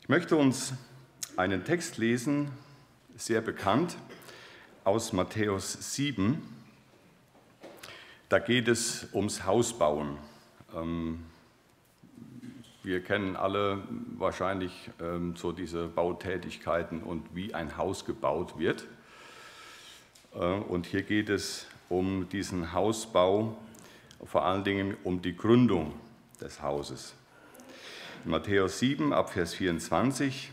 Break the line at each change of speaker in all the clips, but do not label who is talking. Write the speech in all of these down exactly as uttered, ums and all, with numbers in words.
Ich möchte uns einen Text lesen, sehr bekannt, aus Matthäus sieben. Da geht es ums Hausbauen. Wir kennen alle wahrscheinlich so diese Bautätigkeiten und wie ein Haus gebaut wird. Und hier geht es um diesen Hausbau, vor allen Dingen um die Gründung des Hauses. In Matthäus sieben, ab Vers vierundzwanzig,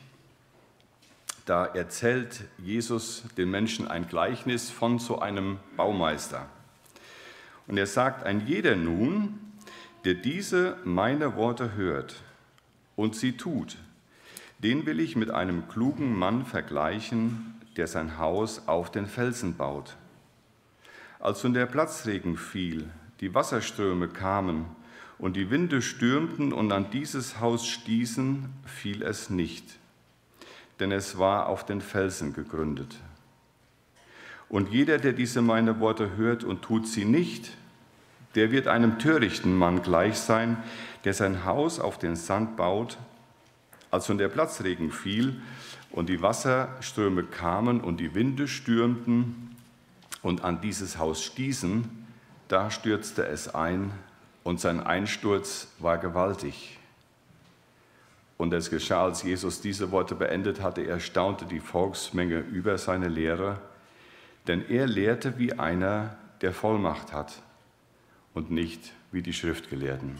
da erzählt Jesus den Menschen ein Gleichnis von so einem Baumeister. Und er sagt, ein jeder nun, der diese meine Worte hört und sie tut, den will ich mit einem klugen Mann vergleichen, der sein Haus auf den Felsen baut. Als nun der Platzregen fiel, die Wasserströme kamen und die Winde stürmten und an dieses Haus stießen, fiel es nicht, denn es war auf den Felsen gegründet. Und jeder, der diese meine Worte hört und tut sie nicht, der wird einem törichten Mann gleich sein, der sein Haus auf den Sand baut. Als nun der Platzregen fiel und die Wasserströme kamen und die Winde stürmten und an dieses Haus stießen, da stürzte es ein und sein Einsturz war gewaltig. Und es geschah, als Jesus diese Worte beendet hatte, erstaunte die Volksmenge über seine Lehre, denn er lehrte wie einer, der Vollmacht hat und nicht wie die Schriftgelehrten.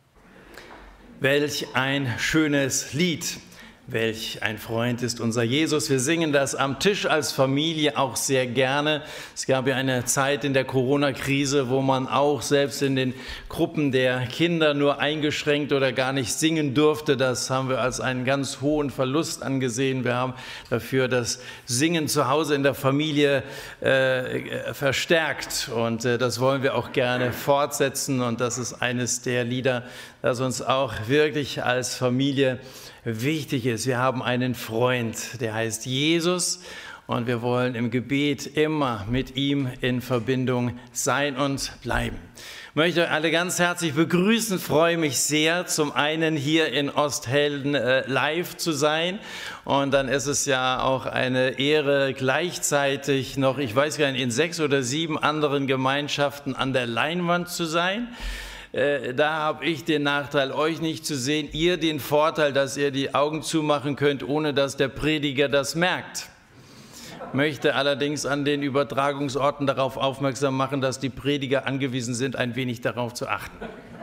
Welch ein schönes Lied, welch ein Freund ist unser Jesus. Wir singen das am Tisch als Familie auch sehr gerne. Es gab ja eine Zeit in der Corona-Krise, wo man auch selbst in den Gruppen der Kinder nur eingeschränkt oder gar nicht singen durfte. Das haben wir als einen ganz hohen Verlust angesehen. Wir haben dafür das Singen zu Hause in der Familie äh, verstärkt und äh, das wollen wir auch gerne fortsetzen. Und das ist eines der Lieder, das uns auch wirklich als Familie wichtig ist. Wir haben einen Freund, der heißt Jesus und wir wollen im Gebet immer mit ihm in Verbindung sein und bleiben. Ich möchte euch alle ganz herzlich begrüßen, freue mich sehr, zum einen hier in Osthelden äh, live zu sein und dann ist es ja auch eine Ehre, gleichzeitig noch, ich weiß gar nicht, in sechs oder sieben anderen Gemeinschaften an der Leinwand zu sein. Da habe ich den Nachteil, euch nicht zu sehen, ihr den Vorteil, dass ihr die Augen zumachen könnt, ohne dass der Prediger das merkt. Ich möchte allerdings an den Übertragungsorten darauf aufmerksam machen, dass die Prediger angewiesen sind, ein wenig darauf zu achten.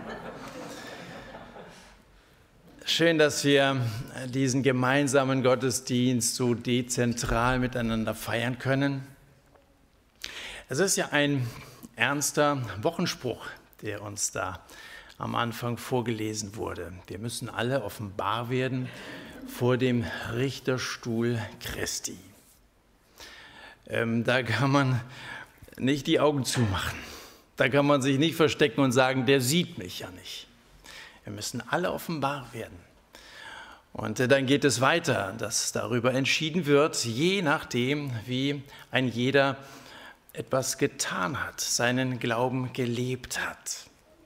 Schön, dass wir diesen gemeinsamen Gottesdienst so dezentral miteinander feiern können. Es ist ja ein ernster Wochenspruch, der uns da am Anfang vorgelesen wurde. Wir müssen alle offenbar werden vor dem Richterstuhl Christi. Ähm, da kann man nicht die Augen zumachen. Da kann man sich nicht verstecken und sagen, der sieht mich ja nicht. Wir müssen alle offenbar werden. Und äh, dann geht es weiter, dass darüber entschieden wird, je nachdem, wie ein jeder etwas getan hat, seinen Glauben gelebt hat.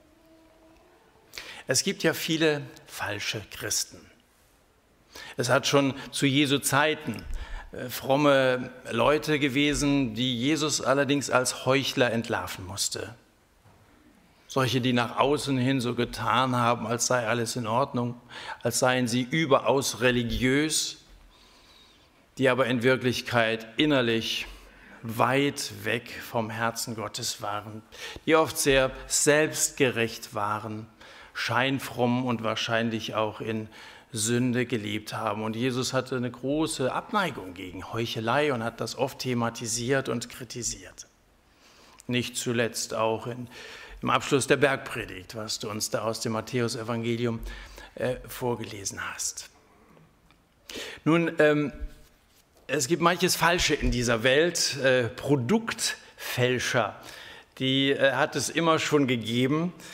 Es gibt ja viele falsche Christen. Es hat schon zu Jesu Zeiten äh, fromme Leute gewesen, die Jesus allerdings als Heuchler entlarven musste. Solche, die nach außen hin so getan haben, als sei alles in Ordnung, als seien sie überaus religiös, die aber in Wirklichkeit innerlich weit weg vom Herzen Gottes waren, die oft sehr selbstgerecht waren, scheinfromm und wahrscheinlich auch in Sünde gelebt haben. Und Jesus hatte eine große Abneigung gegen Heuchelei und hat das oft thematisiert und kritisiert. Nicht zuletzt auch in, im Abschluss der Bergpredigt, was du uns da aus dem Matthäus-Evangelium äh, vorgelesen hast. Nun, ähm, es gibt manches Falsche in dieser Welt, äh, Produktfälscher, die äh, hat es immer schon gegeben.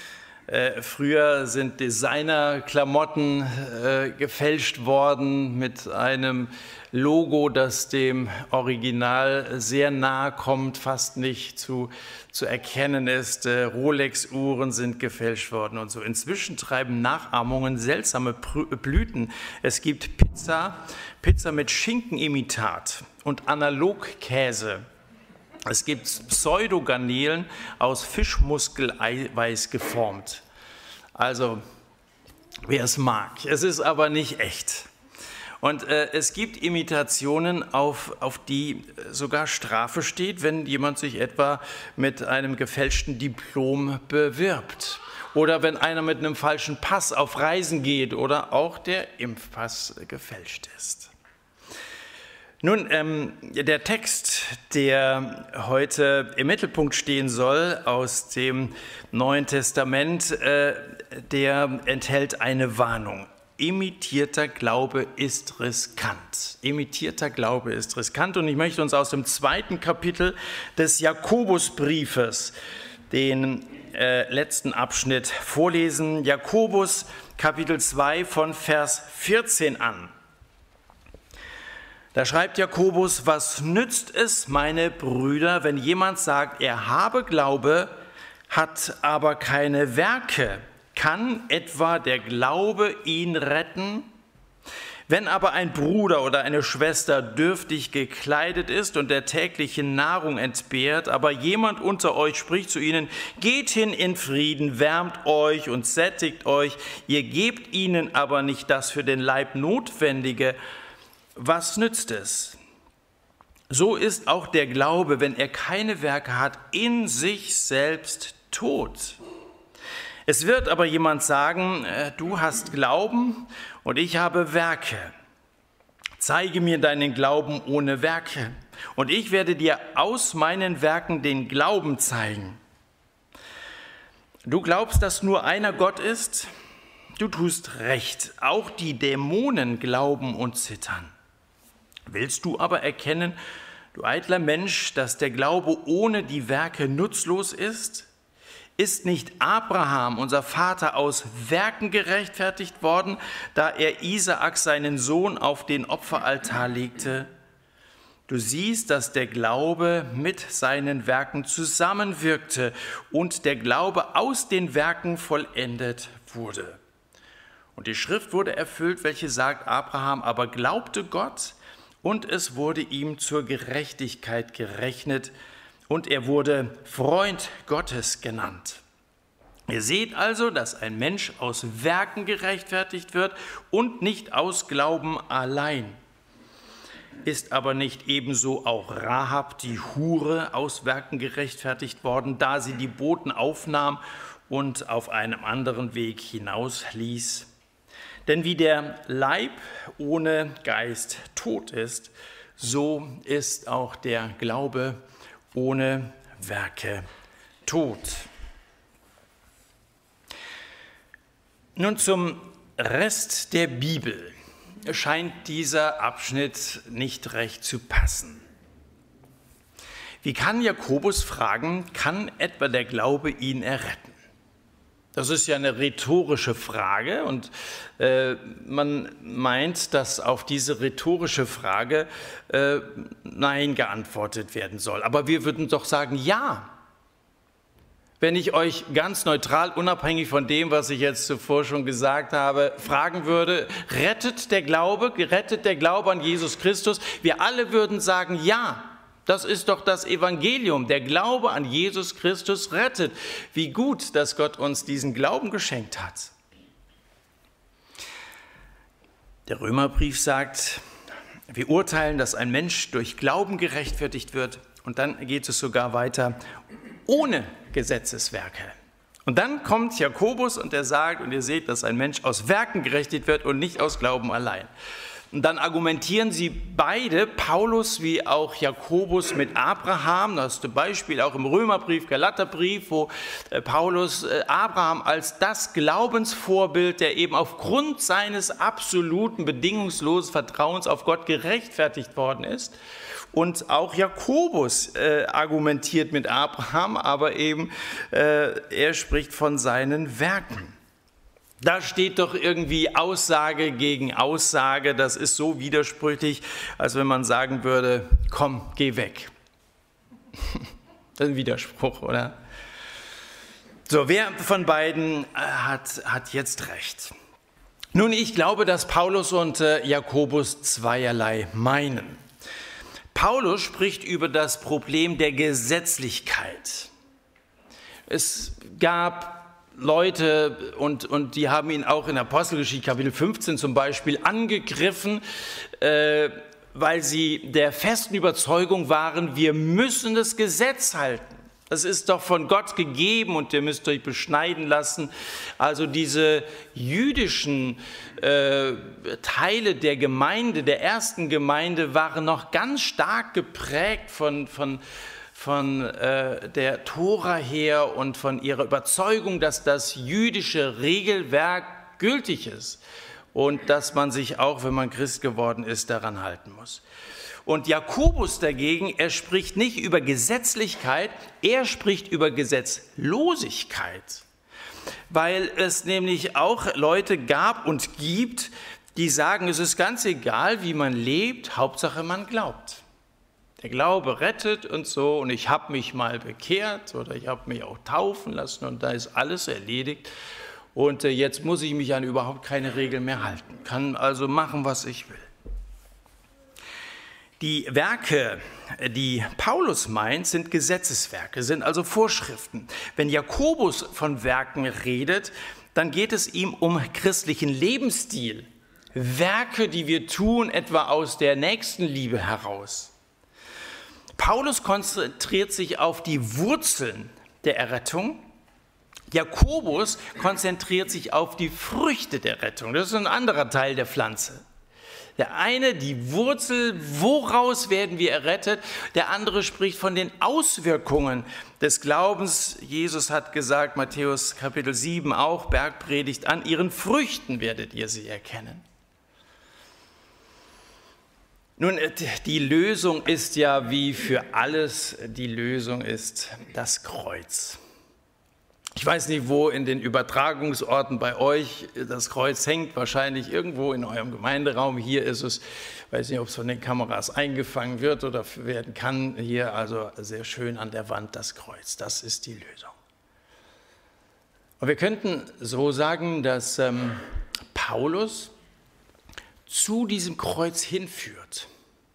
Äh, früher sind Designerklamotten äh, gefälscht worden mit einem Logo, das dem Original sehr nahe kommt, fast nicht zu, zu erkennen ist. Äh, Rolex-Uhren sind gefälscht worden und so. Inzwischen treiben Nachahmungen seltsame Blüten. Es gibt Pizza, Pizza mit Schinkenimitat und Analogkäse. Es gibt Pseudogarnelen aus Fischmuskeleiweiß geformt. Also, wer es mag. Es ist aber nicht echt. Und äh, es gibt Imitationen, auf, auf die sogar Strafe steht, wenn jemand sich etwa mit einem gefälschten Diplom bewirbt. Oder wenn einer mit einem falschen Pass auf Reisen geht oder auch der Impfpass gefälscht ist. Nun, ähm, der Text, der heute im Mittelpunkt stehen soll aus dem Neuen Testament, äh, der enthält eine Warnung. Imitierter Glaube ist riskant. Imitierter Glaube ist riskant. Und ich möchte uns aus dem zweiten Kapitel des Jakobusbriefes den äh, letzten Abschnitt vorlesen. Jakobus, Kapitel zwei von Vers vierzehn an. Da schreibt Jakobus, was nützt es, meine Brüder, wenn jemand sagt, er habe Glaube, hat aber keine Werke? Kann etwa der Glaube ihn retten? Wenn aber ein Bruder oder eine Schwester dürftig gekleidet ist und der täglichen Nahrung entbehrt, aber jemand unter euch spricht zu ihnen, geht hin in Frieden, wärmt euch und sättigt euch, ihr gebt ihnen aber nicht das für den Leib Notwendige, was nützt es? So ist auch der Glaube, wenn er keine Werke hat, in sich selbst tot. Es wird aber jemand sagen, du hast Glauben und ich habe Werke. Zeige mir deinen Glauben ohne Werke und ich werde dir aus meinen Werken den Glauben zeigen. Du glaubst, dass nur einer Gott ist? Du tust recht, auch die Dämonen glauben und zittern. Willst du aber erkennen, du eitler Mensch, dass der Glaube ohne die Werke nutzlos ist? Ist nicht Abraham, unser Vater, aus Werken gerechtfertigt worden, da er Isaak, seinen Sohn, auf den Opferaltar legte? Du siehst, dass der Glaube mit seinen Werken zusammenwirkte und der Glaube aus den Werken vollendet wurde. Und die Schrift wurde erfüllt, welche sagt, Abraham aber glaubte Gott, und es wurde ihm zur Gerechtigkeit gerechnet und er wurde Freund Gottes genannt. Ihr seht also, dass ein Mensch aus Werken gerechtfertigt wird und nicht aus Glauben allein. Ist aber nicht ebenso auch Rahab, die Hure, aus Werken gerechtfertigt worden, da sie die Boten aufnahm und auf einem anderen Weg hinausließ? Denn wie der Leib ohne Geist tot ist, so ist auch der Glaube ohne Werke tot. Nun zum Rest der Bibel scheint dieser Abschnitt nicht recht zu passen. Wie kann Jakobus fragen, kann etwa der Glaube ihn erretten? Das ist ja eine rhetorische Frage und äh, man meint, dass auf diese rhetorische Frage äh, Nein geantwortet werden soll. Aber wir würden doch sagen, ja. Wenn ich euch ganz neutral, unabhängig von dem, was ich jetzt zuvor schon gesagt habe, fragen würde, rettet der Glaube, rettet der Glaube an Jesus Christus? Wir alle würden sagen, ja. Das ist doch das Evangelium. Der Glaube an Jesus Christus rettet. Wie gut, dass Gott uns diesen Glauben geschenkt hat. Der Römerbrief sagt, wir urteilen, dass ein Mensch durch Glauben gerechtfertigt wird. Und dann geht es sogar weiter, ohne Gesetzeswerke. Und dann kommt Jakobus und er sagt, und ihr seht, dass ein Mensch aus Werken gerechtigt wird und nicht aus Glauben allein. Und dann argumentieren sie beide, Paulus wie auch Jakobus, mit Abraham. Das ist ein Beispiel auch im Römerbrief, Galaterbrief, wo Paulus Abraham als das Glaubensvorbild, der eben aufgrund seines absoluten, bedingungslosen Vertrauens auf Gott gerechtfertigt worden ist. Und auch Jakobus äh, argumentiert mit Abraham, aber eben äh, er spricht von seinen Werken. Da steht doch irgendwie Aussage gegen Aussage. Das ist so widersprüchlich, als wenn man sagen würde, komm, geh weg. Das ist ein Widerspruch, oder? So, wer von beiden hat, hat jetzt recht? Nun, ich glaube, dass Paulus und äh, Jakobus zweierlei meinen. Paulus spricht über das Problem der Gesetzlichkeit. Es gab Leute, und, und die haben ihn auch in Apostelgeschichte Kapitel fünfzehn zum Beispiel angegriffen, äh, weil sie der festen Überzeugung waren, wir müssen das Gesetz halten. Das ist doch von Gott gegeben und ihr müsst euch beschneiden lassen. Also diese jüdischen äh, Teile der Gemeinde, der ersten Gemeinde, waren noch ganz stark geprägt von, von, von äh, der Tora her und von ihrer Überzeugung, dass das jüdische Regelwerk gültig ist und dass man sich auch, wenn man Christ geworden ist, daran halten muss. Und Jakobus dagegen, er spricht nicht über Gesetzlichkeit, er spricht über Gesetzlosigkeit, weil es nämlich auch Leute gab und gibt, die sagen, es ist ganz egal, wie man lebt, Hauptsache man glaubt. Der Glaube rettet und so, und ich habe mich mal bekehrt oder ich habe mich auch taufen lassen und da ist alles erledigt und jetzt muss ich mich an überhaupt keine Regeln mehr halten, kann also machen, was ich will. Die Werke, die Paulus meint, sind Gesetzeswerke, sind also Vorschriften. Wenn Jakobus von Werken redet, dann geht es ihm um christlichen Lebensstil. Werke, die wir tun, etwa aus der Nächstenliebe heraus. Paulus konzentriert sich auf die Wurzeln der Errettung. Jakobus konzentriert sich auf die Früchte der Rettung. Das ist ein anderer Teil der Pflanze. Der eine, die Wurzel, woraus werden wir errettet? Der andere spricht von den Auswirkungen des Glaubens. Jesus hat gesagt, Matthäus Kapitel sieben auch, Bergpredigt, an ihren Früchten werdet ihr sie erkennen. Nun, die Lösung ist ja wie für alles, die Lösung ist das Kreuz. Ich weiß nicht, wo in den Übertragungsorten bei euch das Kreuz hängt, wahrscheinlich irgendwo in eurem Gemeinderaum. Hier ist es, ich weiß nicht, ob es von den Kameras eingefangen wird oder werden kann. Hier also sehr schön an der Wand das Kreuz. Das ist die Lösung. Und wir könnten so sagen, dass ähm, Paulus zu diesem Kreuz hinführt.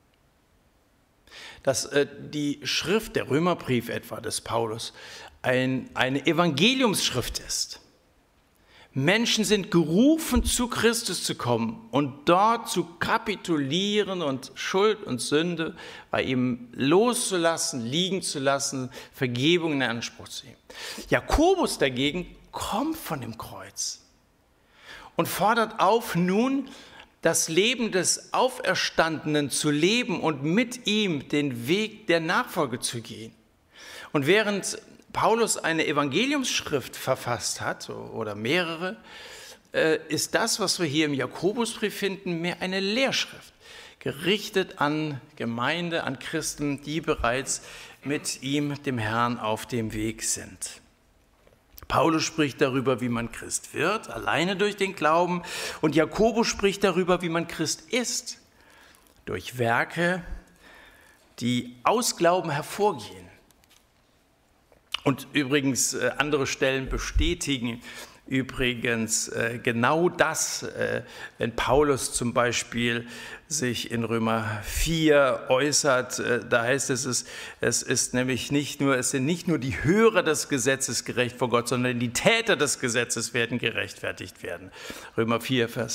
Dass äh, die Schrift, der Römerbrief etwa des Paulus, ein, eine Evangeliumsschrift ist. Menschen sind gerufen, zu Christus zu kommen und dort zu kapitulieren und Schuld und Sünde bei ihm loszulassen, liegen zu lassen, Vergebung in Anspruch zu nehmen. Jakobus dagegen kommt von dem Kreuz und fordert auf, nun das Leben des Auferstandenen zu leben und mit ihm den Weg der Nachfolge zu gehen. Und während Paulus eine Evangeliumsschrift verfasst hat, oder mehrere, ist das, was wir hier im Jakobusbrief finden, mehr eine Lehrschrift, gerichtet an Gemeinde, an Christen, die bereits mit ihm, dem Herrn, auf dem Weg sind. Paulus spricht darüber, wie man Christ wird, alleine durch den Glauben, und Jakobus spricht darüber, wie man Christ ist, durch Werke, die aus Glauben hervorgehen. Und übrigens, äh, andere Stellen bestätigen übrigens äh, genau das, äh, wenn Paulus zum Beispiel sich in Römer vier äußert, äh, da heißt es, es, es ist nämlich nicht nur, es sind nicht nur die Hörer des Gesetzes gerecht vor Gott, sondern die Täter des Gesetzes werden gerechtfertigt werden. Römer vier, Vers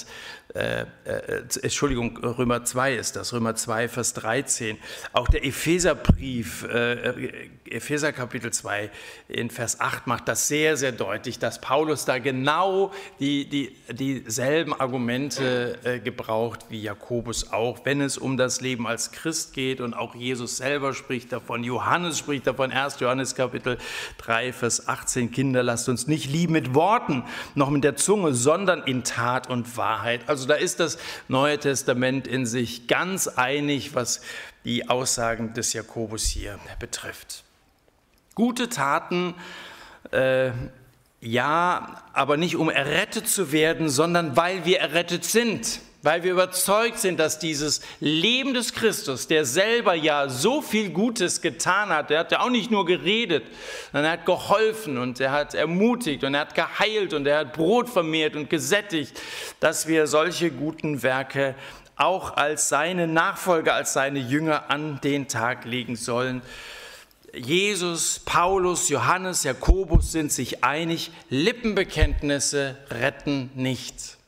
Äh, äh, Entschuldigung, Römer zwei ist das, Römer zwei, Vers dreizehn. Auch der Epheserbrief, äh, Epheser Kapitel zwei in Vers acht macht das sehr, sehr deutlich, dass Paulus da genau die, die, dieselben Argumente äh, gebraucht wie Jakobus auch, wenn es um das Leben als Christ geht, und auch Jesus selber spricht davon, Johannes spricht davon, erster Johannes Kapitel drei, Vers achtzehn, Kinder, lasst uns nicht lieben mit Worten, noch mit der Zunge, sondern in Tat und Wahrheit. Also da ist das Neue Testament in sich ganz einig, was die Aussagen des Jakobus hier betrifft. Gute Taten, äh, ja, aber nicht um errettet zu werden, sondern weil wir errettet sind, weil wir überzeugt sind, dass dieses Leben des Christus, der selber ja so viel Gutes getan hat, der hat ja auch nicht nur geredet, sondern er hat geholfen und er hat ermutigt und er hat geheilt und er hat Brot vermehrt und gesättigt, dass wir solche guten Werke auch als seine Nachfolger, als seine Jünger an den Tag legen sollen. Jesus, Paulus, Johannes, Jakobus sind sich einig, Lippenbekenntnisse retten nicht.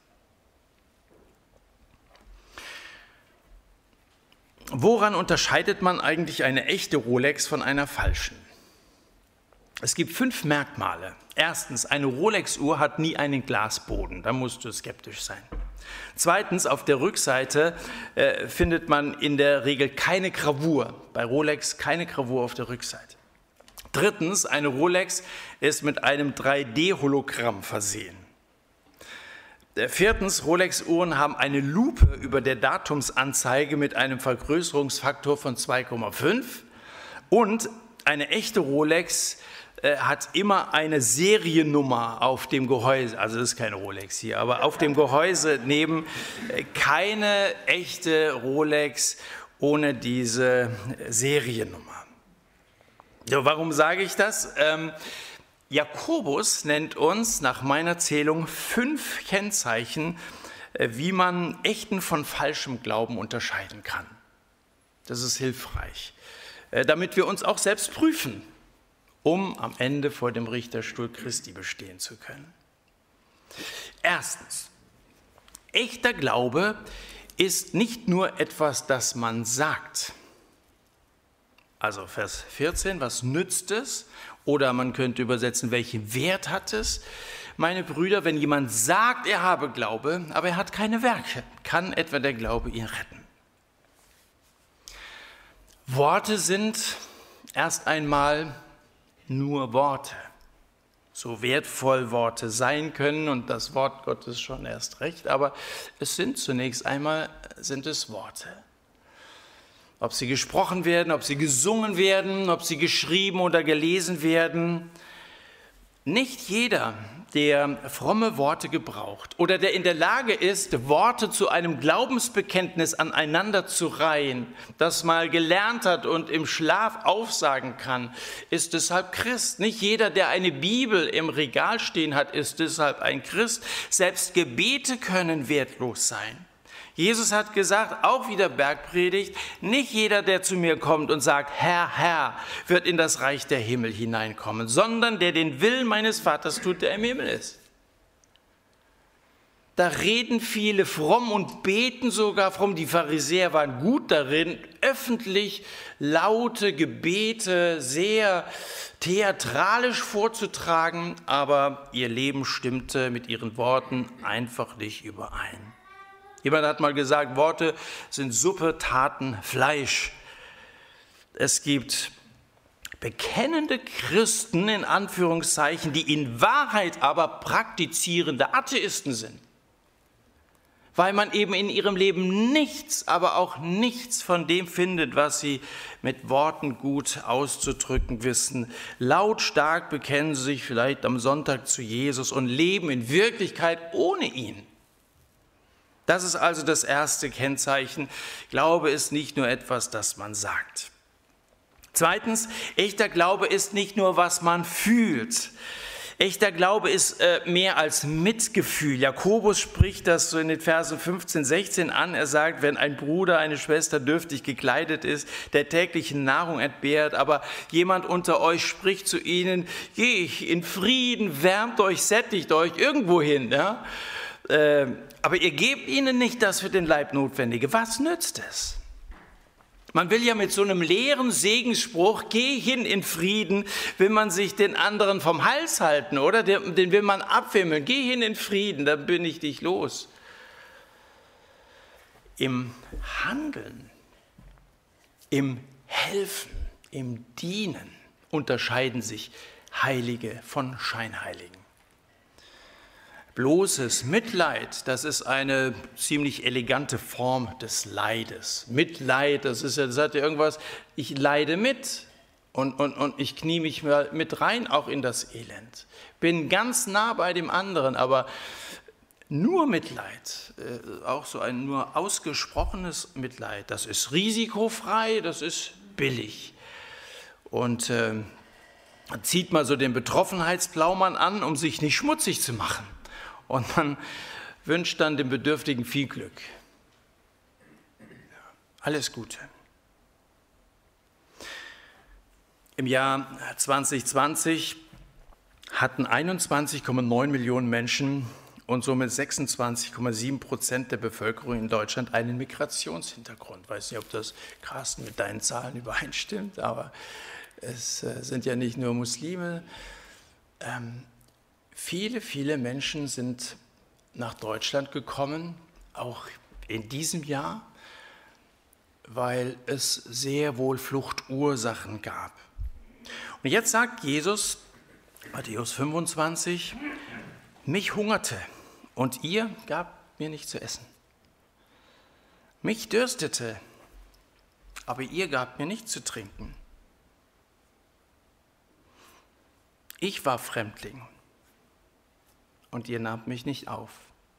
Woran unterscheidet man eigentlich eine echte Rolex von einer falschen? Es gibt fünf Merkmale. Erstens, eine Rolex-Uhr hat nie einen Glasboden, da musst du skeptisch sein. Zweitens, auf der Rückseite äh, findet man in der Regel keine Gravur. Bei Rolex keine Gravur auf der Rückseite. Drittens, eine Rolex ist mit einem drei D-Hologramm versehen. Viertens, Rolex-Uhren haben eine Lupe über der Datumsanzeige mit einem Vergrößerungsfaktor von zwei Komma fünf. Und eine echte Rolex äh, hat immer eine Seriennummer auf dem Gehäuse. Also das ist keine Rolex hier, aber auf dem Gehäuse neben äh, keine echte Rolex ohne diese Seriennummer. Ja, warum sage ich das? Ähm, Jakobus nennt uns nach meiner Zählung fünf Kennzeichen, wie man echten von falschem Glauben unterscheiden kann. Das ist hilfreich, damit wir uns auch selbst prüfen, um am Ende vor dem Richterstuhl Christi bestehen zu können. Erstens, echter Glaube ist nicht nur etwas, das man sagt. Also Vers vierzehn, was nützt es? Oder man könnte übersetzen, welchen Wert hat es? Meine Brüder, wenn jemand sagt, er habe Glaube, aber er hat keine Werke, kann etwa der Glaube ihn retten? Worte sind erst einmal nur Worte. So wertvoll Worte sein können und das Wort Gottes schon erst recht, aber es sind zunächst einmal sind es Worte. Ob sie gesprochen werden, ob sie gesungen werden, ob sie geschrieben oder gelesen werden. Nicht jeder, der fromme Worte gebraucht oder der in der Lage ist, Worte zu einem Glaubensbekenntnis aneinander zu reihen, das mal gelernt hat und im Schlaf aufsagen kann, ist deshalb Christ. Nicht jeder, der eine Bibel im Regal stehen hat, ist deshalb ein Christ. Selbst Gebete können wertlos sein. Jesus hat gesagt, auch wieder Bergpredigt, nicht jeder, der zu mir kommt und sagt, Herr, Herr, wird in das Reich der Himmel hineinkommen, sondern der den Willen meines Vaters tut, der im Himmel ist. Da reden viele fromm und beten sogar fromm. Die Pharisäer waren gut darin, öffentlich laute Gebete sehr theatralisch vorzutragen, aber ihr Leben stimmte mit ihren Worten einfach nicht überein. Jemand hat mal gesagt, Worte sind Suppe, Taten, Fleisch. Es gibt bekennende Christen, in Anführungszeichen, die in Wahrheit aber praktizierende Atheisten sind. Weil man eben in ihrem Leben nichts, aber auch nichts von dem findet, was sie mit Worten gut auszudrücken wissen. Lautstark bekennen sie sich vielleicht am Sonntag zu Jesus und leben in Wirklichkeit ohne ihn. Das ist also das erste Kennzeichen. Glaube ist nicht nur etwas, das man sagt. Zweitens, echter Glaube ist nicht nur, was man fühlt. Echter Glaube ist äh, mehr als Mitgefühl. Jakobus spricht das so in den Versen fünfzehn, sechzehn an. Er sagt, wenn ein Bruder, eine Schwester dürftig gekleidet ist, der tägliche Nahrung entbehrt, aber jemand unter euch spricht zu ihnen, geht in Frieden, wärmt euch, sättigt euch irgendwo hin, ja? äh, aber ihr gebt ihnen nicht das für den Leib Notwendige. Was nützt es? Man will ja mit so einem leeren Segensspruch, geh hin in Frieden, will man sich den anderen vom Hals halten, oder? Den, den will man abwimmeln. Geh hin in Frieden, dann bin ich dich los. Im Handeln, im Helfen, im Dienen unterscheiden sich Heilige von Scheinheiligen. Bloßes Mitleid, das ist eine ziemlich elegante Form des Leides. Mitleid, das ist ja, das hat ja irgendwas, ich leide mit und, und, und ich knie mich mal mit rein, auch in das Elend. Bin ganz nah bei dem anderen, aber nur Mitleid, äh, auch so ein nur ausgesprochenes Mitleid, das ist risikofrei, das ist billig. Und äh, zieht mal so den Betroffenheitsblaumann an, um sich nicht schmutzig zu machen. Und man wünscht dann dem Bedürftigen viel Glück. Alles Gute. Im Jahr zwanzig zwanzig hatten einundzwanzig Komma neun Millionen Menschen und somit sechsundzwanzig Komma sieben Prozent der Bevölkerung in Deutschland einen Migrationshintergrund. Ich weiß nicht, ob das, Carsten, mit deinen Zahlen übereinstimmt, aber es sind ja nicht nur Muslime. Ähm, viele, viele Menschen sind nach Deutschland gekommen, auch in diesem Jahr, weil es sehr wohl Fluchtursachen gab. Und jetzt sagt Jesus, Matthäus fünfundzwanzig, mich hungerte und ihr gabt mir nicht zu essen. Mich dürstete, aber ihr gabt mir nicht zu trinken. Ich war Fremdling und ihr nahmt mich nicht auf.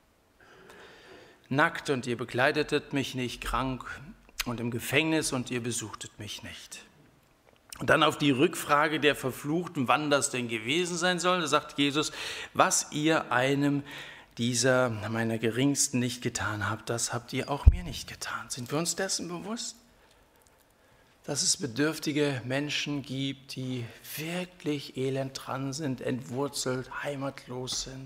Nackt und ihr bekleidetet mich nicht, krank und im Gefängnis und ihr besuchtet mich nicht. Und dann auf die Rückfrage der Verfluchten, wann das denn gewesen sein soll, da sagt Jesus, was ihr einem dieser meiner Geringsten nicht getan habt, das habt ihr auch mir nicht getan. Sind wir uns dessen bewusst? Dass es bedürftige Menschen gibt, die wirklich elend dran sind, entwurzelt, heimatlos sind,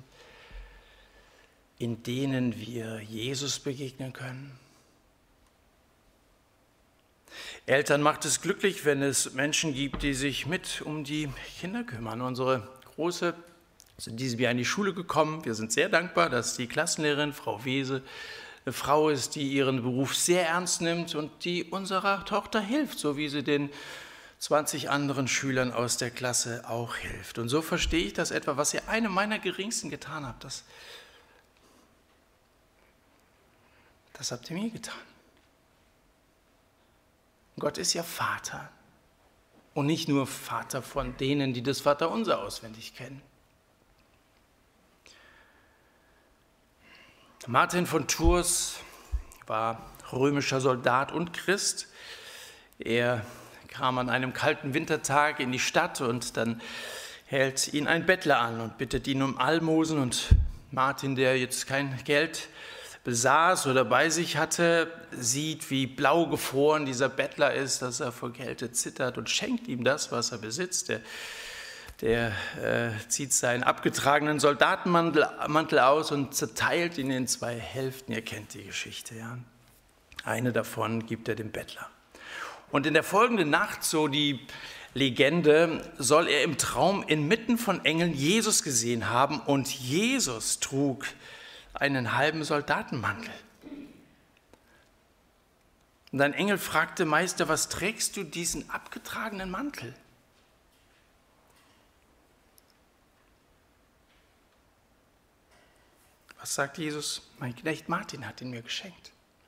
in denen wir Jesus begegnen können. Eltern macht es glücklich, wenn es Menschen gibt, die sich mit um die Kinder kümmern. Unsere Große ist in diesem Jahr in die Schule gekommen. Wir sind sehr dankbar, dass die Klassenlehrerin, Frau Wese, eine Frau ist, die ihren Beruf sehr ernst nimmt und die unserer Tochter hilft, so wie sie den zwanzig anderen Schülern aus der Klasse auch hilft. Und so verstehe ich das etwa, was ihr einem meiner Geringsten getan habt. Das, das habt ihr mir getan. Gott ist ja Vater und nicht nur Vater von denen, die das Vaterunser auswendig kennen. Martin von Tours war römischer Soldat und Christ. Er kam an einem kalten Wintertag in die Stadt und dann hält ihn ein Bettler an und bittet ihn um Almosen. Und Martin, der jetzt kein Geld besaß oder bei sich hatte, sieht, wie blau gefroren dieser Bettler ist, dass er vor Kälte zittert und schenkt ihm das, was er besitzt. Der, der äh, zieht seinen abgetragenen Soldatenmantel Mantel aus und zerteilt ihn in zwei Hälften. Ihr kennt die Geschichte, ja. Eine davon gibt er dem Bettler. Und in der folgenden Nacht, so die Legende, soll er im Traum inmitten von Engeln Jesus gesehen haben und Jesus trug einen halben Soldatenmantel. Und ein Engel fragte, Meister, was trägst du diesen abgetragenen Mantel? Was sagt Jesus? Mein Knecht Martin hat ihn mir geschenkt.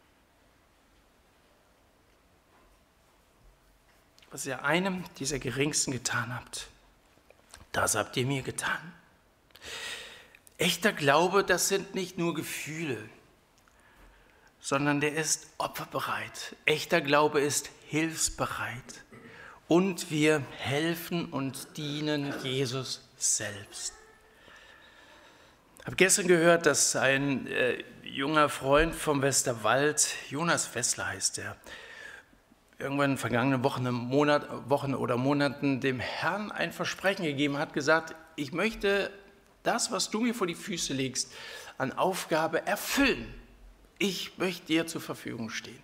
Was ihr einem dieser Geringsten getan habt, das habt ihr mir getan. Echter Glaube, das sind nicht nur Gefühle, sondern der ist opferbereit. Echter Glaube ist hilfsbereit. Und wir helfen und dienen Jesus selbst. Ich habe gestern gehört, dass ein äh, junger Freund vom Westerwald, Jonas Wessler heißt der, irgendwann in den vergangenen Wochen, Monat, Wochen oder Monaten dem Herrn ein Versprechen gegeben hat, gesagt, ich möchte das, was du mir vor die Füße legst, an Aufgabe erfüllen. Ich möchte dir zur Verfügung stehen.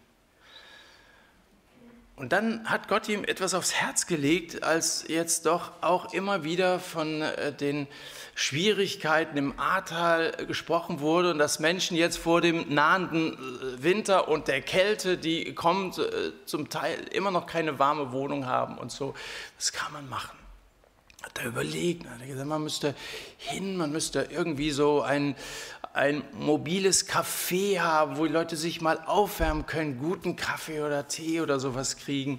Und dann hat Gott ihm etwas aufs Herz gelegt, als jetzt doch auch immer wieder von den Schwierigkeiten im Ahrtal gesprochen wurde und dass Menschen jetzt vor dem nahenden Winter und der Kälte, die kommt, zum Teil immer noch keine warme Wohnung haben und so. Was kann man machen? Hat er überlegt, hat er gesagt, man müsste hin, man müsste irgendwie so ein, ein mobiles Café haben, wo die Leute sich mal aufwärmen können, guten Kaffee oder Tee oder sowas kriegen,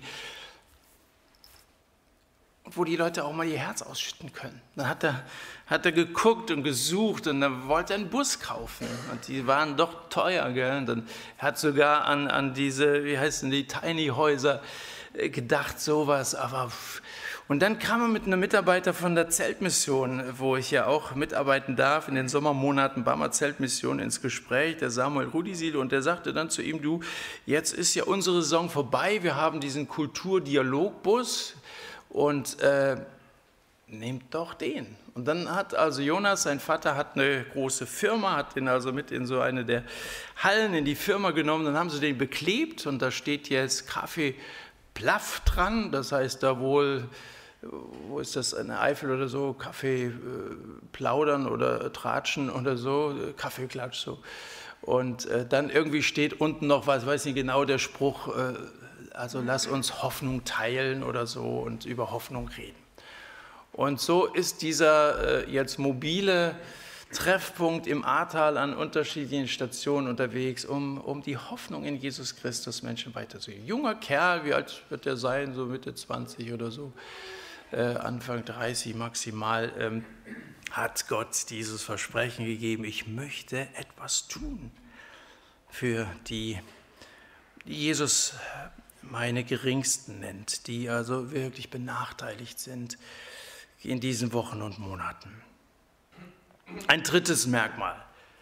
wo die Leute auch mal ihr Herz ausschütten können. Dann hat er, hat er geguckt und gesucht und dann wollte er einen Bus kaufen und die waren doch teuer. Gell? Und dann hat sogar an, an diese, wie heißen die, Tiny Häuser gedacht, sowas, aber... Und dann kam er mit einem Mitarbeiter von der Zeltmission, wo ich ja auch mitarbeiten darf, in den Sommermonaten Barmer Zeltmission ins Gespräch, der Samuel Rudisiedl, und der sagte dann zu ihm, du, jetzt ist ja unsere Saison vorbei, wir haben diesen Kulturdialogbus und äh, nehmt doch den. Und dann hat also Jonas, sein Vater, hat eine große Firma, hat den also mit in so eine der Hallen in die Firma genommen, dann haben sie den beklebt und da steht jetzt Kaffee Plaff dran, das heißt da wohl, wo ist das, eine Eifel oder so, Kaffee äh, plaudern oder tratschen oder so, Kaffeeklatsch so. Und äh, dann irgendwie steht unten noch, was weiß nicht genau, der Spruch, äh, also lass uns Hoffnung teilen oder so und über Hoffnung reden. Und so ist dieser äh, jetzt mobile Treffpunkt im Ahrtal an unterschiedlichen Stationen unterwegs, um, um die Hoffnung in Jesus Christus Menschen weiterzugeben. Junger Kerl, wie alt wird er sein, so Mitte zwanzig oder so, äh, Anfang dreißig maximal, ähm, hat Gott dieses Versprechen gegeben, ich möchte etwas tun für die, die Jesus meine Geringsten nennt, die also wirklich benachteiligt sind in diesen Wochen und Monaten. Ein drittes Merkmal.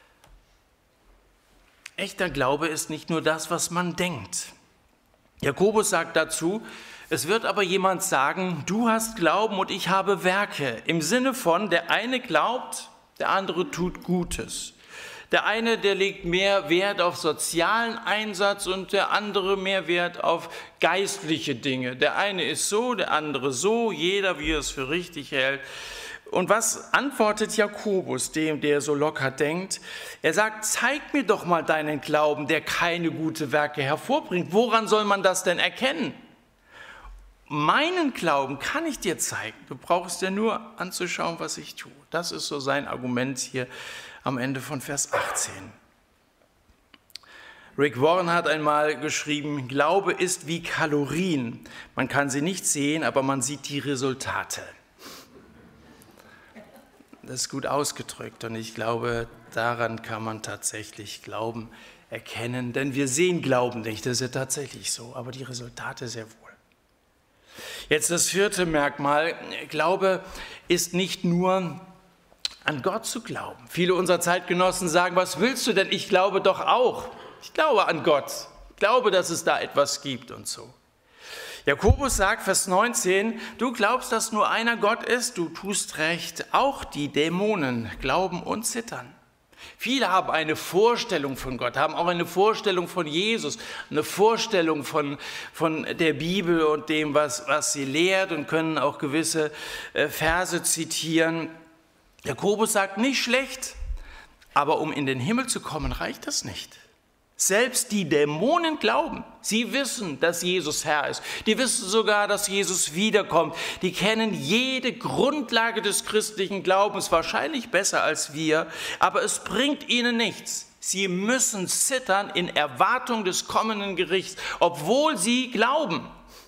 Echter Glaube ist nicht nur das, was man denkt. Jakobus sagt dazu, es wird aber jemand sagen, du hast Glauben und ich habe Werke. Im Sinne von, der eine glaubt, der andere tut Gutes. Der eine, der legt mehr Wert auf sozialen Einsatz und der andere mehr Wert auf geistliche Dinge. Der eine ist so, der andere so, jeder wie er es für richtig hält. Und was antwortet Jakobus, dem, der so locker denkt? Er sagt, zeig mir doch mal deinen Glauben, der keine guten Werke hervorbringt. Woran soll man das denn erkennen? Meinen Glauben kann ich dir zeigen. Du brauchst ja nur anzuschauen, was ich tue. Das ist so sein Argument hier am Ende von Vers achtzehn. Rick Warren hat einmal geschrieben, Glaube ist wie Kalorien. Man kann sie nicht sehen, aber man sieht die Resultate. Das ist gut ausgedrückt und ich glaube, daran kann man tatsächlich Glauben erkennen, denn wir sehen Glauben nicht, das ist ja tatsächlich so, aber die Resultate sehr wohl. Jetzt das vierte Merkmal, Glaube ist nicht nur an Gott zu glauben. Viele unserer Zeitgenossen sagen, was willst du denn? Ich glaube doch auch. Ich glaube an Gott, ich glaube, dass es da etwas gibt und so. Jakobus sagt, Vers neunzehn, du glaubst, dass nur einer Gott ist, du tust recht, auch die Dämonen glauben und zittern. Viele haben eine Vorstellung von Gott, haben auch eine Vorstellung von Jesus, eine Vorstellung von, von der Bibel und dem, was, was sie lehrt und können auch gewisse Verse zitieren. Jakobus sagt, nicht schlecht, aber um in den Himmel zu kommen, reicht das nicht. Selbst die Dämonen glauben. Sie wissen, dass Jesus Herr ist. Die wissen sogar, dass Jesus wiederkommt. Die kennen jede Grundlage des christlichen Glaubens, wahrscheinlich besser als wir, aber es bringt ihnen nichts. Sie müssen zittern in Erwartung des kommenden Gerichts, obwohl sie glauben.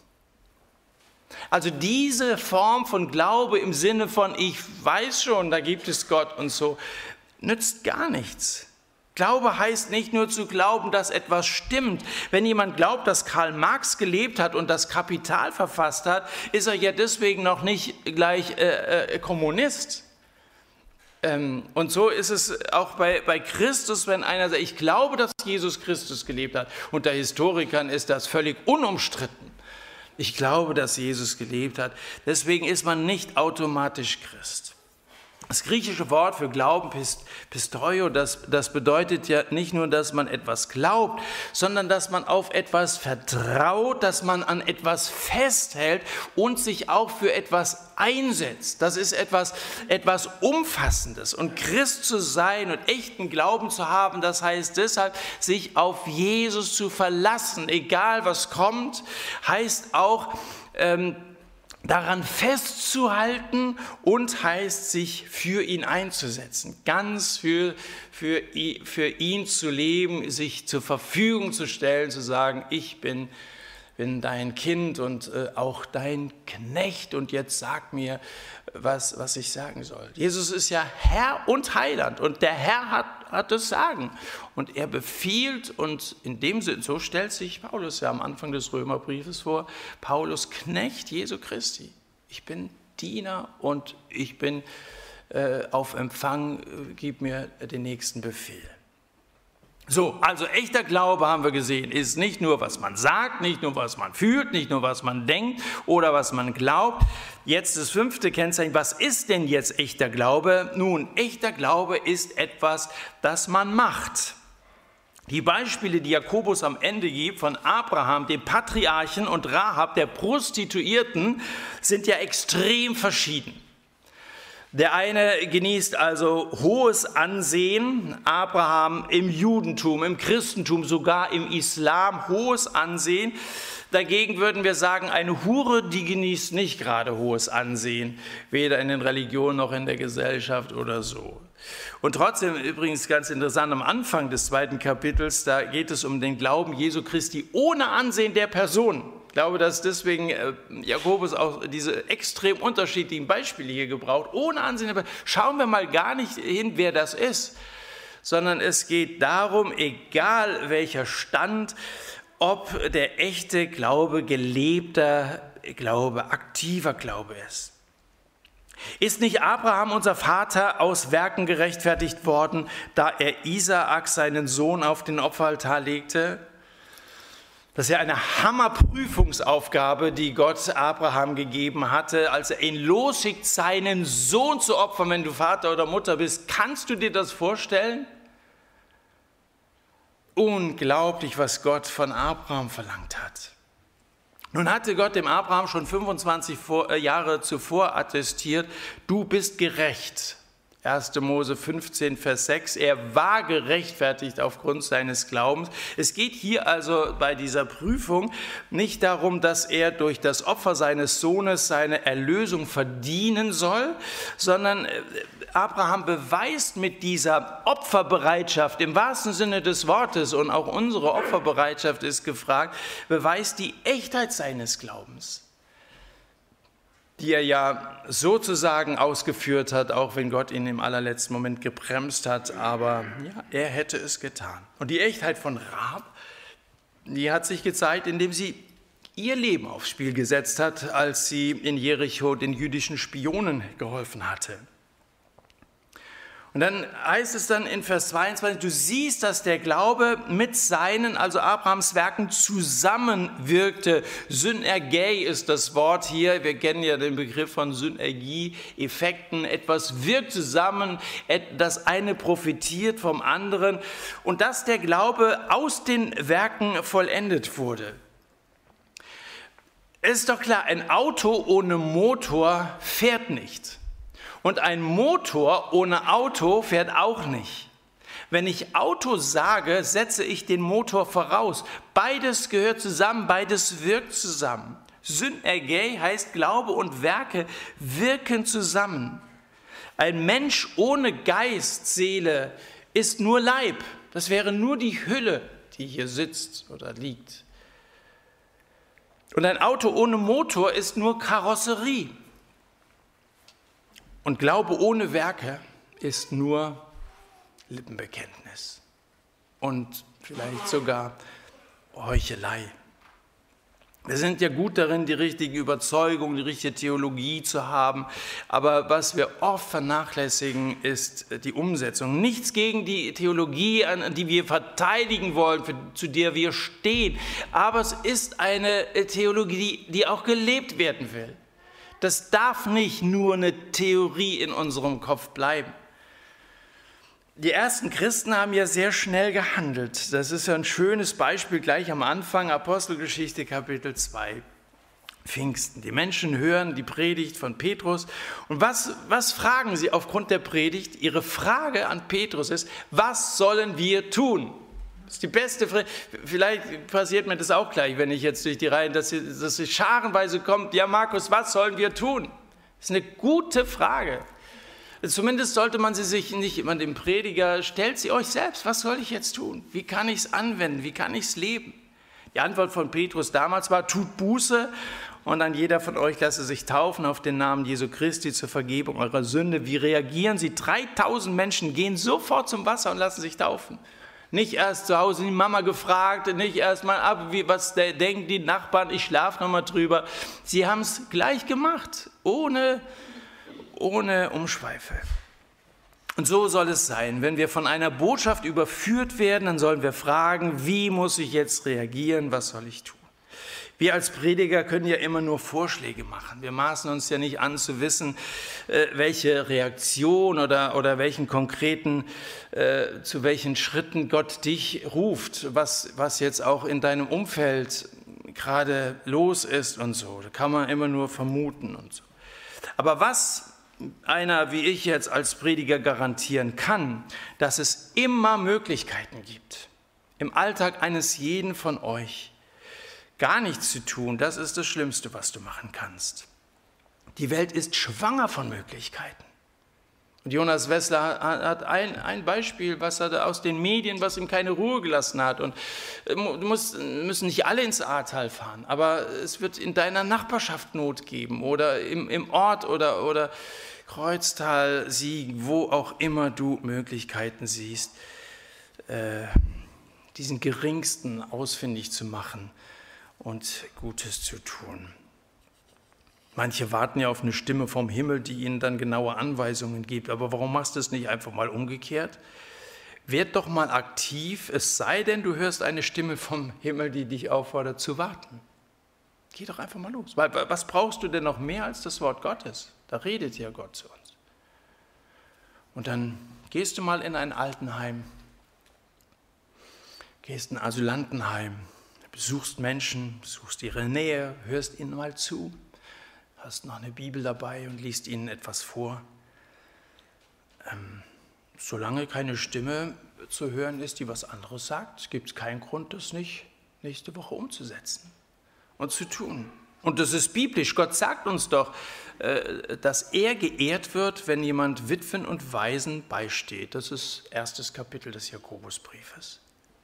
Also diese Form von Glaube im Sinne von, ich weiß schon, da gibt es Gott und so, nützt gar nichts. Glaube heißt nicht nur zu glauben, dass etwas stimmt. Wenn jemand glaubt, dass Karl Marx gelebt hat und das Kapital verfasst hat, ist er ja deswegen noch nicht gleich äh, äh, Kommunist. Ähm, und so ist es auch bei, bei Christus, wenn einer sagt, ich glaube, dass Jesus Christus gelebt hat. Unter Historikern ist das völlig unumstritten. Ich glaube, dass Jesus gelebt hat. Deswegen ist man nicht automatisch Christ. Das griechische Wort für Glauben, Pisteio, das, das bedeutet ja nicht nur, dass man etwas glaubt, sondern dass man auf etwas vertraut, dass man an etwas festhält und sich auch für etwas einsetzt. Das ist etwas, etwas Umfassendes. Und Christ zu sein und echten Glauben zu haben, das heißt deshalb, sich auf Jesus zu verlassen, egal was kommt, heißt auch, ähm, daran festzuhalten und heißt, sich für ihn einzusetzen, ganz für, für, für ihn zu leben, sich zur Verfügung zu stellen, zu sagen, ich bin, bin dein Kind und äh, auch dein Knecht und jetzt sag mir, was, was ich sagen soll. Jesus ist ja Herr und Heiland und der Herr hat, hat das Sagen und er befiehlt und in dem Sinne, so stellt sich Paulus ja am Anfang des Römerbriefes vor, Paulus Knecht Jesu Christi. Ich bin Diener und ich bin äh, auf Empfang, äh, gib mir den nächsten Befehl. So, also echter Glaube, haben wir gesehen, ist nicht nur, was man sagt, nicht nur, was man fühlt, nicht nur, was man denkt oder was man glaubt. Jetzt das fünfte Kennzeichen, was ist denn jetzt echter Glaube? Nun, echter Glaube ist etwas, das man macht. Die Beispiele, die Jakobus am Ende gibt von Abraham, dem Patriarchen und Rahab, der Prostituierten, sind ja extrem verschieden. Der eine genießt also hohes Ansehen, Abraham im Judentum, im Christentum, sogar im Islam hohes Ansehen. Dagegen würden wir sagen, eine Hure, die genießt nicht gerade hohes Ansehen, weder in den Religionen noch in der Gesellschaft oder so. Und trotzdem, übrigens ganz interessant, am Anfang des zweiten Kapitels, da geht es um den Glauben Jesu Christi ohne Ansehen der Person. Ich glaube, dass deswegen äh, Jakobus auch diese extrem unterschiedlichen Beispiele hier gebraucht. Ohne Ansehen, aber schauen wir mal gar nicht hin, wer das ist, sondern es geht darum, egal welcher Stand, ob der echte Glaube gelebter Glaube, aktiver Glaube ist. Ist nicht Abraham, unser Vater, aus Werken gerechtfertigt worden, da er Isaak, seinen Sohn, auf den Opferaltar legte? Das ist ja eine Hammerprüfungsaufgabe, die Gott Abraham gegeben hatte, als er ihn losschickt, seinen Sohn zu opfern, wenn du Vater oder Mutter bist. Kannst du dir das vorstellen? Unglaublich, was Gott von Abraham verlangt hat. Nun hatte Gott dem Abraham schon fünfundzwanzig Jahre zuvor attestiert, du bist gerecht. erster Mose fünfzehn, Vers sechs, er war gerechtfertigt aufgrund seines Glaubens. Es geht hier also bei dieser Prüfung nicht darum, dass er durch das Opfer seines Sohnes seine Erlösung verdienen soll, sondern Abraham beweist mit dieser Opferbereitschaft im wahrsten Sinne des Wortes, und auch unsere Opferbereitschaft ist gefragt, beweist die Echtheit seines Glaubens, die er ja sozusagen ausgeführt hat, auch wenn Gott ihn im allerletzten Moment gebremst hat, aber ja, er hätte es getan. Und die Echtheit von Rahab, die hat sich gezeigt, indem sie ihr Leben aufs Spiel gesetzt hat, als sie in Jericho den jüdischen Spionen geholfen hatte. Und dann heißt es dann in Vers zweiundzwanzig, du siehst, dass der Glaube mit seinen, also Abrahams Werken, zusammenwirkte. Synergie ist das Wort hier. Wir kennen ja den Begriff von Synergie, Effekten. Etwas wirkt zusammen, das eine profitiert vom anderen. Und dass der Glaube aus den Werken vollendet wurde. Es ist doch klar, ein Auto ohne Motor fährt nicht. Und ein Motor ohne Auto fährt auch nicht. Wenn ich Auto sage, setze ich den Motor voraus. Beides gehört zusammen, beides wirkt zusammen. Synergie heißt, Glaube und Werke wirken zusammen. Ein Mensch ohne Geist, Seele ist nur Leib. Das wäre nur die Hülle, die hier sitzt oder liegt. Und ein Auto ohne Motor ist nur Karosserie. Und Glaube ohne Werke ist nur Lippenbekenntnis und vielleicht sogar Heuchelei. Wir sind ja gut darin, die richtige Überzeugung, die richtige Theologie zu haben, aber was wir oft vernachlässigen, ist die Umsetzung. Nichts gegen die Theologie, an die wir verteidigen wollen, für, zu der wir stehen, aber es ist eine Theologie, die auch gelebt werden will. Das darf nicht nur eine Theorie in unserem Kopf bleiben. Die ersten Christen haben ja sehr schnell gehandelt. Das ist ja ein schönes Beispiel gleich am Anfang, Apostelgeschichte Kapitel zwei. Pfingsten. Die Menschen hören die Predigt von Petrus. Und was, was fragen sie aufgrund der Predigt? Ihre Frage an Petrus ist, was sollen wir tun? Das ist die beste Frage. Vielleicht passiert mir das auch gleich, wenn ich jetzt durch die Reihen, dass sie, dass sie scharenweise kommt. Ja, Markus, was sollen wir tun? Das ist eine gute Frage. Zumindest sollte man sie sich nicht immer dem Prediger, stellt sie euch selbst. Was soll ich jetzt tun? Wie kann ich es anwenden? Wie kann ich es leben? Die Antwort von Petrus damals war, tut Buße und dann jeder von euch lasse sich taufen auf den Namen Jesu Christi zur Vergebung eurer Sünde. Wie reagieren sie? dreitausend Menschen gehen sofort zum Wasser und lassen sich taufen. Nicht erst zu Hause die Mama gefragt, nicht erst mal ab, wie, was der, denken die Nachbarn, ich schlafe noch mal drüber. Sie haben es gleich gemacht, ohne, ohne Umschweife. Und so soll es sein. Wenn wir von einer Botschaft überführt werden, dann sollen wir fragen, wie muss ich jetzt reagieren, was soll ich tun? Wir als Prediger können ja immer nur Vorschläge machen. Wir maßen uns ja nicht an zu wissen, welche Reaktion oder, oder welchen konkreten, äh, zu welchen Schritten Gott dich ruft, was, was jetzt auch in deinem Umfeld gerade los ist und so. Da kann man immer nur vermuten und so. Aber was einer wie ich jetzt als Prediger garantieren kann, dass es immer Möglichkeiten gibt, im Alltag eines jeden von euch gar nichts zu tun, das ist das Schlimmste, was du machen kannst. Die Welt ist schwanger von Möglichkeiten. Und Jonas Wessler hat ein, ein Beispiel, was er da aus den Medien, was ihm keine Ruhe gelassen hat. Und du musst, müssen nicht alle ins Ahrtal fahren, aber es wird in deiner Nachbarschaft Not geben oder im, im Ort oder, oder Kreuztal, Sieg, wo auch immer du Möglichkeiten siehst, äh, diesen Geringsten ausfindig zu machen und Gutes zu tun. Manche warten ja auf eine Stimme vom Himmel, die ihnen dann genaue Anweisungen gibt. Aber warum machst du es nicht einfach mal umgekehrt? Werd doch mal aktiv, es sei denn, du hörst eine Stimme vom Himmel, die dich auffordert zu warten. Geh doch einfach mal los. Weil, was brauchst du denn noch mehr als das Wort Gottes? Da redet ja Gott zu uns. Und dann gehst du mal in ein Altenheim, gehst in ein Asylantenheim, besuchst Menschen, besuchst ihre Nähe, hörst ihnen mal zu. Hast noch eine Bibel dabei und liest ihnen etwas vor. Ähm, solange keine Stimme zu hören ist, die was anderes sagt, gibt es keinen Grund, das nicht nächste Woche umzusetzen und zu tun. Und das ist biblisch. Gott sagt uns doch, äh, dass er geehrt wird, wenn jemand Witwen und Waisen beisteht. Das ist erstes Kapitel des Jakobusbriefes.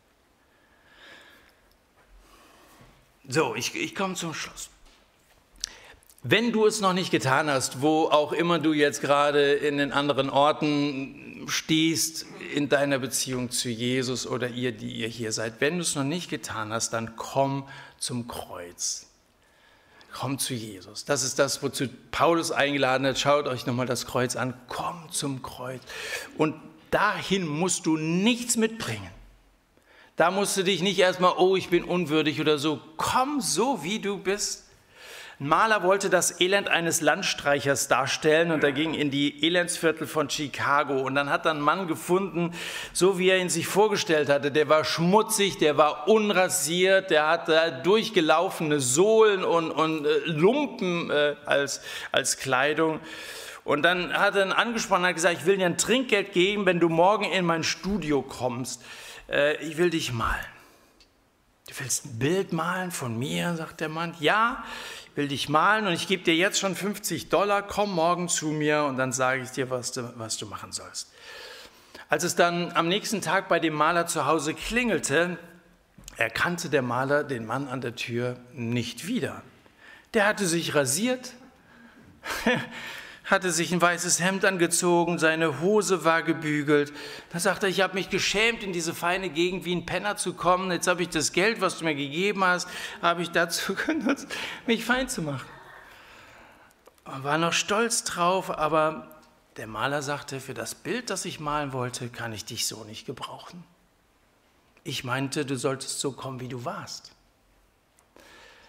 So, ich, ich komme zum Schluss. Wenn du es noch nicht getan hast, wo auch immer du jetzt gerade in den anderen Orten stehst, in deiner Beziehung zu Jesus oder ihr, die ihr hier seid, wenn du es noch nicht getan hast, dann komm zum Kreuz. Komm zu Jesus. Das ist das, wozu Paulus eingeladen hat. Schaut euch nochmal das Kreuz an. Komm zum Kreuz. Und dahin musst du nichts mitbringen. Da musst du dich nicht erstmal, oh, ich bin unwürdig oder so. Komm so, wie du bist. Ein Maler wollte das Elend eines Landstreichers darstellen und er ging in die Elendsviertel von Chicago und dann hat er einen Mann gefunden, so wie er ihn sich vorgestellt hatte. Der war schmutzig, der war unrasiert, der hatte durchgelaufene Sohlen und, und äh, Lumpen äh, als, als Kleidung. Und dann hat er ihn angesprochen und hat gesagt, ich will dir ein Trinkgeld geben, wenn du morgen in mein Studio kommst. Äh, ich will dich malen. Du willst ein Bild malen von mir, sagt der Mann. Ja, ich will dich malen und ich gebe dir jetzt schon fünfzig Dollar, komm morgen zu mir und dann sage ich dir, was du, was du machen sollst. Als es dann am nächsten Tag bei dem Maler zu Hause klingelte, erkannte der Maler den Mann an der Tür nicht wieder. Der hatte sich rasiert, hatte sich ein weißes Hemd angezogen, seine Hose war gebügelt. Da sagte er, ich habe mich geschämt, in diese feine Gegend wie ein Penner zu kommen. Jetzt habe ich das Geld, was du mir gegeben hast, habe ich dazu genutzt, mich fein zu machen. Er war noch stolz drauf, aber der Maler sagte, für das Bild, das ich malen wollte, kann ich dich so nicht gebrauchen. Ich meinte, du solltest so kommen, wie du warst.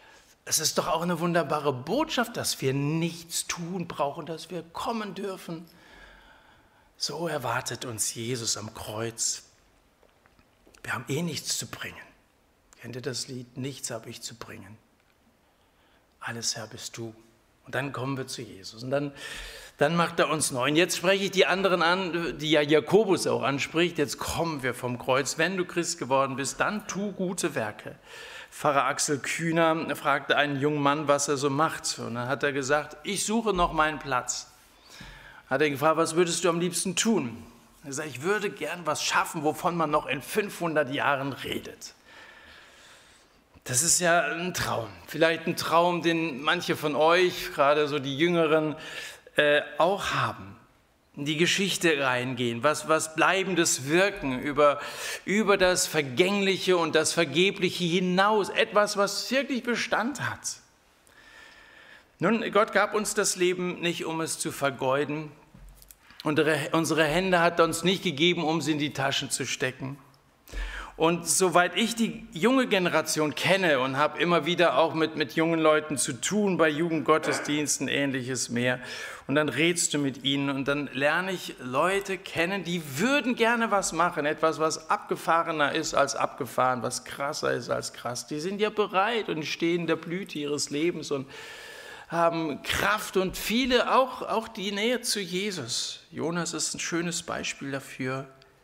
Es ist doch auch eine wunderbare Botschaft, dass wir nichts tun brauchen, dass wir kommen dürfen. So erwartet uns Jesus am Kreuz. Wir haben eh nichts zu bringen. Kennt ihr das Lied? Nichts habe ich zu bringen. Alles, Herr, bist du. Und dann kommen wir zu Jesus. Und dann, dann macht er uns neu. Und jetzt spreche ich die anderen an, die ja Jakobus auch anspricht. Jetzt kommen wir vom Kreuz. Wenn du Christ geworden bist, dann tu gute Werke. Pfarrer Axel Kühner fragte einen jungen Mann, was er so macht. Und dann hat er gesagt, ich suche noch meinen Platz. Hat er gefragt, was würdest du am liebsten tun? Er sagt, ich würde gern was schaffen, wovon man noch in fünfhundert Jahren redet. Das ist ja ein Traum. Vielleicht ein Traum, den manche von euch, gerade so die Jüngeren, äh, auch haben. In die Geschichte reingehen, was, was Bleibendes wirken über, über das Vergängliche und das Vergebliche hinaus. Etwas, was wirklich Bestand hat. Nun, Gott gab uns das Leben nicht, um es zu vergeuden. Unsere, unsere Hände hat er uns nicht gegeben, um sie in die Taschen zu stecken. Und soweit ich die junge Generation kenne und habe immer wieder auch mit, mit jungen Leuten zu tun, bei Jugendgottesdiensten, Ähnliches mehr, und dann redst du mit ihnen und dann lerne ich Leute kennen, die würden gerne was machen, etwas, was abgefahrener ist als abgefahren, was krasser ist als krass. Die sind ja bereit und stehen in der Blüte ihres Lebens und haben Kraft und viele auch, auch die Nähe zu Jesus. Jonas ist ein schönes Beispiel dafür.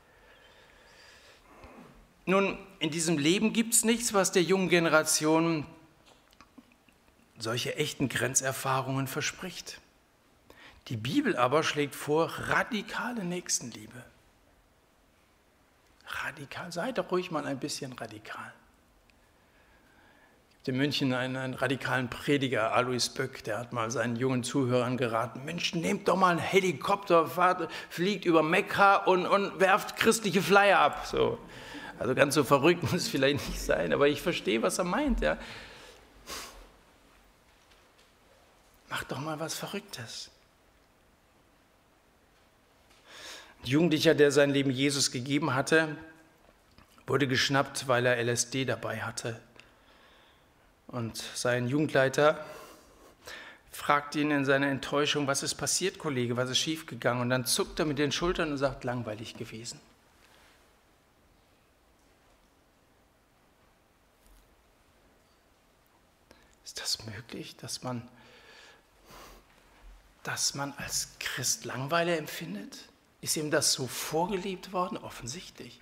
Nun, in diesem Leben gibt es nichts, was der jungen Generation solche echten Grenzerfahrungen verspricht. Die Bibel aber schlägt vor, radikale Nächstenliebe. Radikal, seid doch ruhig mal ein bisschen radikal. Es gibt in München einen, einen radikalen Prediger, Alois Böck, der hat mal seinen jungen Zuhörern geraten, Mensch, nehmt doch mal einen Helikopter, fahrt, fliegt über Mekka und, und werft christliche Flyer ab. So. Also ganz so verrückt muss es vielleicht nicht sein, aber ich verstehe, was er meint. Ja. Macht doch mal was Verrücktes. Ein Jugendlicher, der sein Leben Jesus gegeben hatte, wurde geschnappt, weil er L S D dabei hatte. Und sein Jugendleiter fragt ihn in seiner Enttäuschung, was ist passiert, Kollege, was ist schiefgegangen? Und dann zuckt er mit den Schultern und sagt, langweilig gewesen. Ist das möglich, dass man, dass man als Christ Langeweile empfindet? Ist ihm das so vorgelebt worden? Offensichtlich.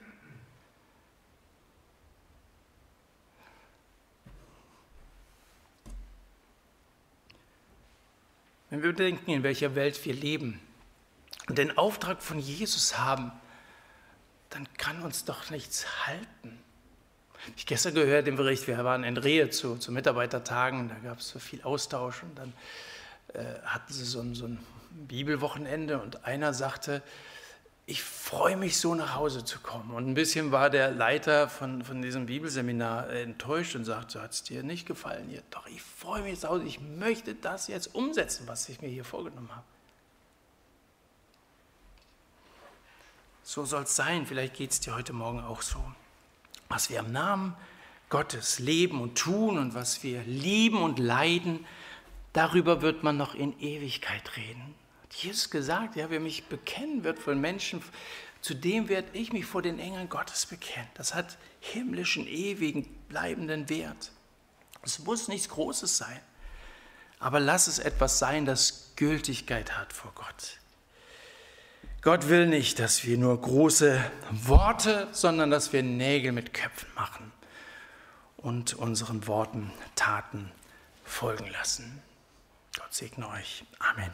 Wenn wir bedenken, in welcher Welt wir leben und den Auftrag von Jesus haben, dann kann uns doch nichts halten. Ich gestern gehört im Bericht, wir waren in Rehe zu, zu Mitarbeitertagen, da gab es so viel Austausch und dann äh, hatten sie so ein, so ein Bibelwochenende und einer sagte, ich freue mich so nach Hause zu kommen. Und ein bisschen war der Leiter von, von diesem Bibelseminar enttäuscht und sagte, hat es dir nicht gefallen hier? Doch, ich freue mich zu Hause, ich möchte das jetzt umsetzen, was ich mir hier vorgenommen habe. So soll es sein, vielleicht geht es dir heute Morgen auch so. Was wir im Namen Gottes leben und tun und was wir lieben und leiden, darüber wird man noch in Ewigkeit reden. Hat Jesus gesagt, ja, wer mich bekennen wird von Menschen, zu dem werde ich mich vor den Engeln Gottes bekennen. Das hat himmlischen, ewigen, bleibenden Wert. Es muss nichts Großes sein, aber lass es etwas sein, das Gültigkeit hat vor Gott. Gott will nicht, dass wir nur große Worte, sondern dass wir Nägel mit Köpfen machen und unseren Worten Taten folgen lassen. Gott segne euch. Amen.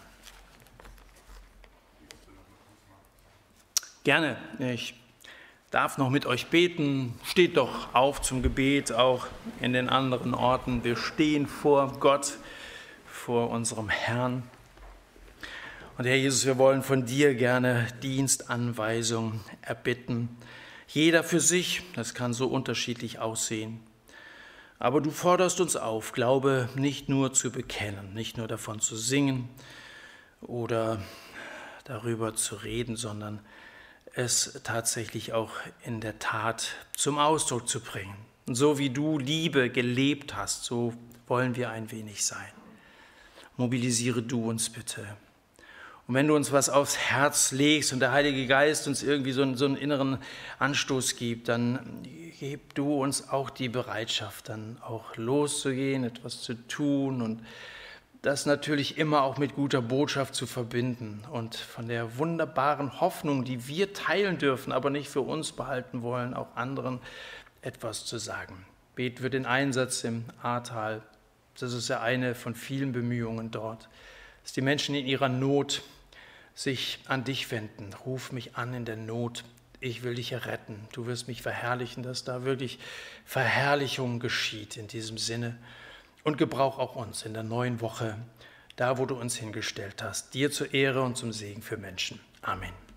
Gerne, ich darf noch mit euch beten. Steht doch auf zum Gebet, auch in den anderen Orten. Wir stehen vor Gott, vor unserem Herrn. Und Herr Jesus, wir wollen von dir gerne Dienstanweisungen erbitten. Jeder für sich, das kann so unterschiedlich aussehen. Aber du forderst uns auf, Glaube nicht nur zu bekennen, nicht nur davon zu singen oder darüber zu reden, sondern es tatsächlich auch in der Tat zum Ausdruck zu bringen. Und so wie du Liebe gelebt hast, so wollen wir ein wenig sein. Mobilisiere du uns bitte. Und wenn du uns was aufs Herz legst und der Heilige Geist uns irgendwie so einen, so einen inneren Anstoß gibt, dann gib du uns auch die Bereitschaft, dann auch loszugehen, etwas zu tun und das natürlich immer auch mit guter Botschaft zu verbinden und von der wunderbaren Hoffnung, die wir teilen dürfen, aber nicht für uns behalten wollen, auch anderen etwas zu sagen. Bet für den Einsatz im Ahrtal. Das ist ja eine von vielen Bemühungen dort, dass die Menschen in ihrer Not sich an dich wenden. Ruf mich an in der Not. Ich will dich retten. Du wirst mich verherrlichen, dass da wirklich Verherrlichung geschieht in diesem Sinne. Und gebrauch auch uns in der neuen Woche, da wo du uns hingestellt hast, dir zur Ehre und zum Segen für Menschen. Amen.